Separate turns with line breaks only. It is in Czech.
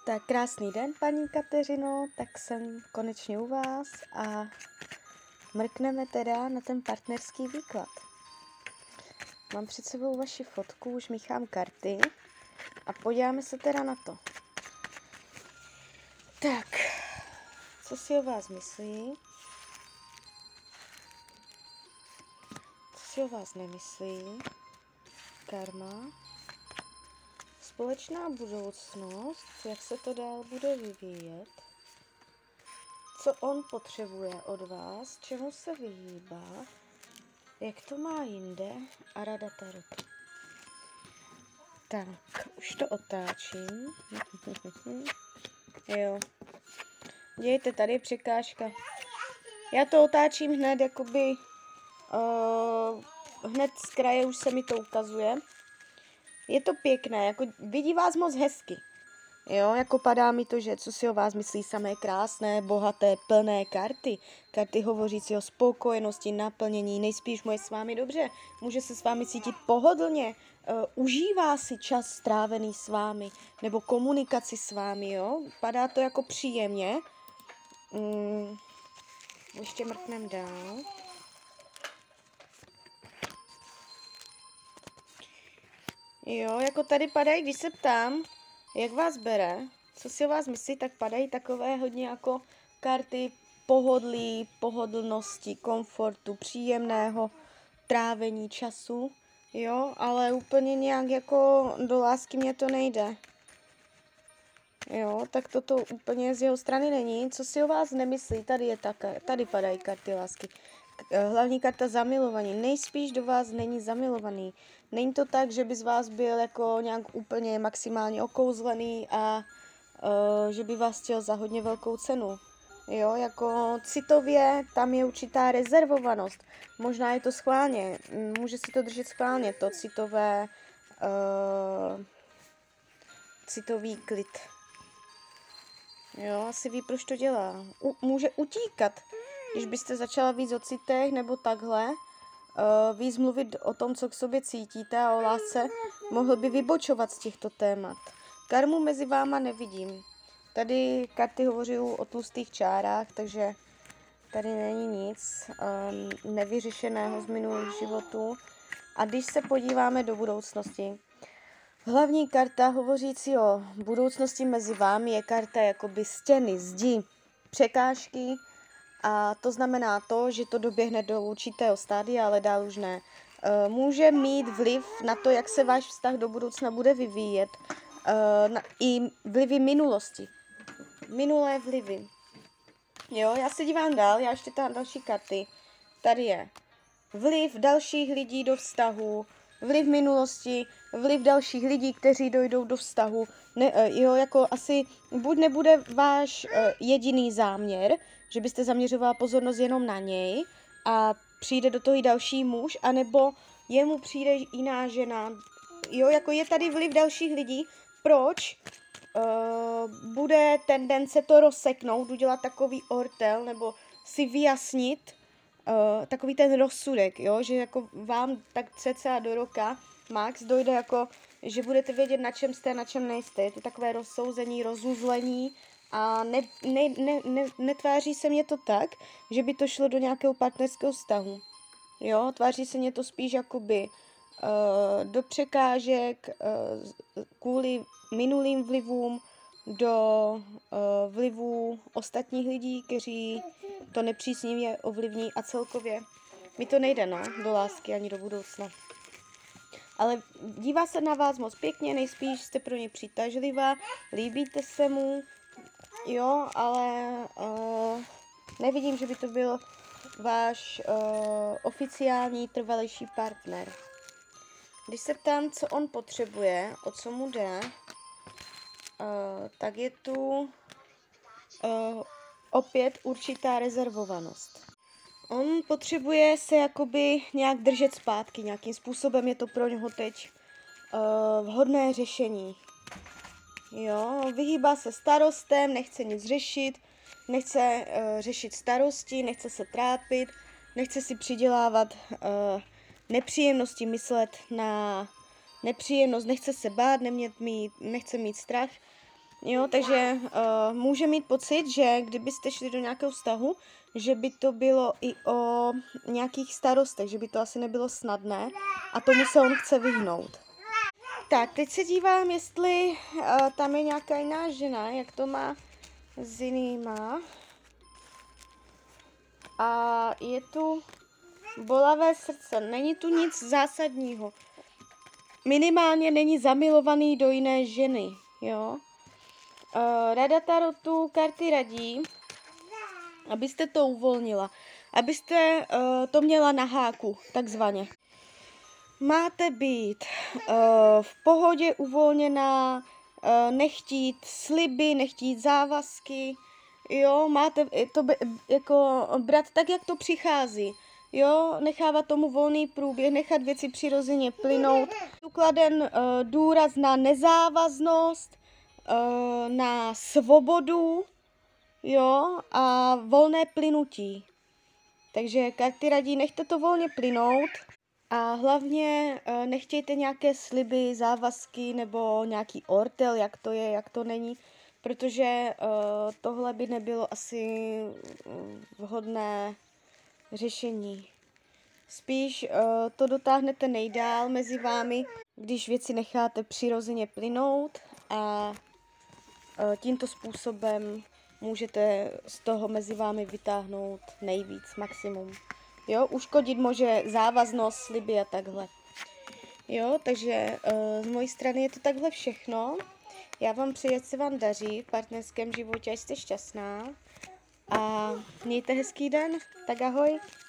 Tak krásný den, paní Kateřino, tak jsem konečně u vás a mrkneme teda na ten partnerský výklad. Mám před sebou vaši fotku, už míchám karty a podíváme se teda na to. Tak, co si o vás myslí? Co si o vás nemyslí? Karma. Společná budoucnost, jak se to dál bude vyvíjet? Co on potřebuje od vás, čemu se vyhýbá, jak to má jinde a rada tarotu. Tak, už to otáčím. Jo. Dějte, tady je překážka. Já to otáčím hned, jakoby hned z kraje už se mi to ukazuje. Je to pěkné, jako vidí vás moc hezky. Jo, jako padá mi to, že co si o vás myslí samé krásné, bohaté, plné karty. Karty hovořící o spokojenosti, naplnění, nejspíš mu je s vámi dobře, může se s vámi cítit pohodlně, užívá si čas strávený s vámi, nebo komunikaci s vámi, jo. Padá to jako příjemně. Ještě mrknem dál. Jo, jako tady padají, když se ptám, jak vás bere, co si o vás myslí, tak padají takové hodně jako karty pohodlí, pohodlnosti, komfortu, příjemného trávení času, jo, ale úplně nějak jako do lásky mě to nejde. Jo, tak toto úplně z jeho strany není. Co si o vás nemyslí, tady padají karty lásky. Hlavní karta zamilovaní. Nejspíš do vás není zamilovaný. Není to tak, že by z vás byl jako nějak úplně maximálně okouzlený a že by vás chtěl za hodně velkou cenu. Jo, jako citově tam je určitá rezervovanost. Možná je to schválně. Může si to držet schválně, to citový klid. Jo, asi ví, proč to dělá. Může utíkat. Když byste začala víc o citech nebo takhle, víc mluvit o tom, co k sobě cítíte a o lásce, mohl by vybočovat z těchto témat. Karmu mezi váma nevidím. Tady karty hovoří o tlustých čárách, takže tady není nic nevyřešeného z minulých životů. A když se podíváme do budoucnosti, hlavní karta hovořící o budoucnosti mezi vámi je karta jakoby stěny, zdi, překážky a to znamená to, že to doběhne do určitého stádia, ale dál už ne. Může mít vliv na to, jak se váš vztah do budoucna bude vyvíjet, i vlivy minulosti. Minulé vlivy. Jo, já se dívám dál, já ještě tam další karty. Tady je vliv dalších lidí do vztahu, vliv minulosti, vliv dalších lidí, kteří dojdou do vztahu. Jo, jako asi buď nebude váš jediný záměr, že byste zaměřovala pozornost jenom na něj a přijde do toho i další muž, anebo jemu přijde jiná žena. Jo, jako je tady vliv dalších lidí. Proč? Bude tendence to rozseknout, udělat takový ortel, nebo si vyjasnit takový ten rozsudek, jo, že jako vám tak cca do roka max dojde jako, že budete vědět, na čem jste, na čem nejste. Je to takové rozsouzení, rozuzlení a netváří se mně to tak, že by to šlo do nějakého partnerského vztahu. Jo, tváří se mně to spíš jakoby do překážek, kvůli minulým vlivům, do vlivů ostatních lidí, kteří to nepříznivě ovlivní a celkově mi to nejde, no, do lásky ani do budoucna. Ale dívá se na vás moc pěkně, nejspíš jste pro ně přitažlivá, líbíte se mu, jo, ale nevidím, že by to byl váš oficiální trvalejší partner. Když se ptám, co on potřebuje, o co mu jde, tak je tu opět určitá rezervovanost. On potřebuje se jakoby nějak držet zpátky, nějakým způsobem je to pro něho teď vhodné řešení. Jo, vyhýbá se starostem, nechce nic řešit, nechce řešit starosti, nechce se trápit, nechce si přidělávat nepříjemnosti, myslet na nepříjemnost, nechce se bát, nechce mít strach. Jo, takže může mít pocit, že kdybyste šli do nějakého vztahu, že by to bylo i o nějakých starostech, že by to asi nebylo snadné a tomu se on chce vyhnout. Tak, teď se dívám, jestli tam je nějaká jiná žena, jak to má s jinýma. A je tu bolavé srdce, není tu nic zásadního. Minimálně není zamilovaný do jiné ženy, jo. Rada Tarotu karty radí, abyste to uvolnila, abyste to měla na háku, takzvaně. Máte být v pohodě uvolněná, nechtít sliby, nechtít závazky, jo, máte to jako brát tak, jak to přichází, jo, nechávat tomu volný průběh, nechat věci přirozeně plynout. Ukladen důraz na nezávaznost, na svobodu, jo, a volné plynutí. Takže karty radí, nechte to volně plynout a hlavně nechtějte nějaké sliby, závazky nebo nějaký ortel, jak to je, jak to není, protože tohle by nebylo asi vhodné řešení. Spíš to dotáhnete nejdál mezi vámi, když věci necháte přirozeně plynout a tímto způsobem můžete z toho mezi vámi vytáhnout nejvíc, maximum. Jo, uškodit může závaznost, sliby a takhle. Jo, takže z mojí strany je to takhle všechno. Já vám přeji, ať se vám daří v partnerském životě, ať jste šťastná a mějte hezký den. Tak ahoj.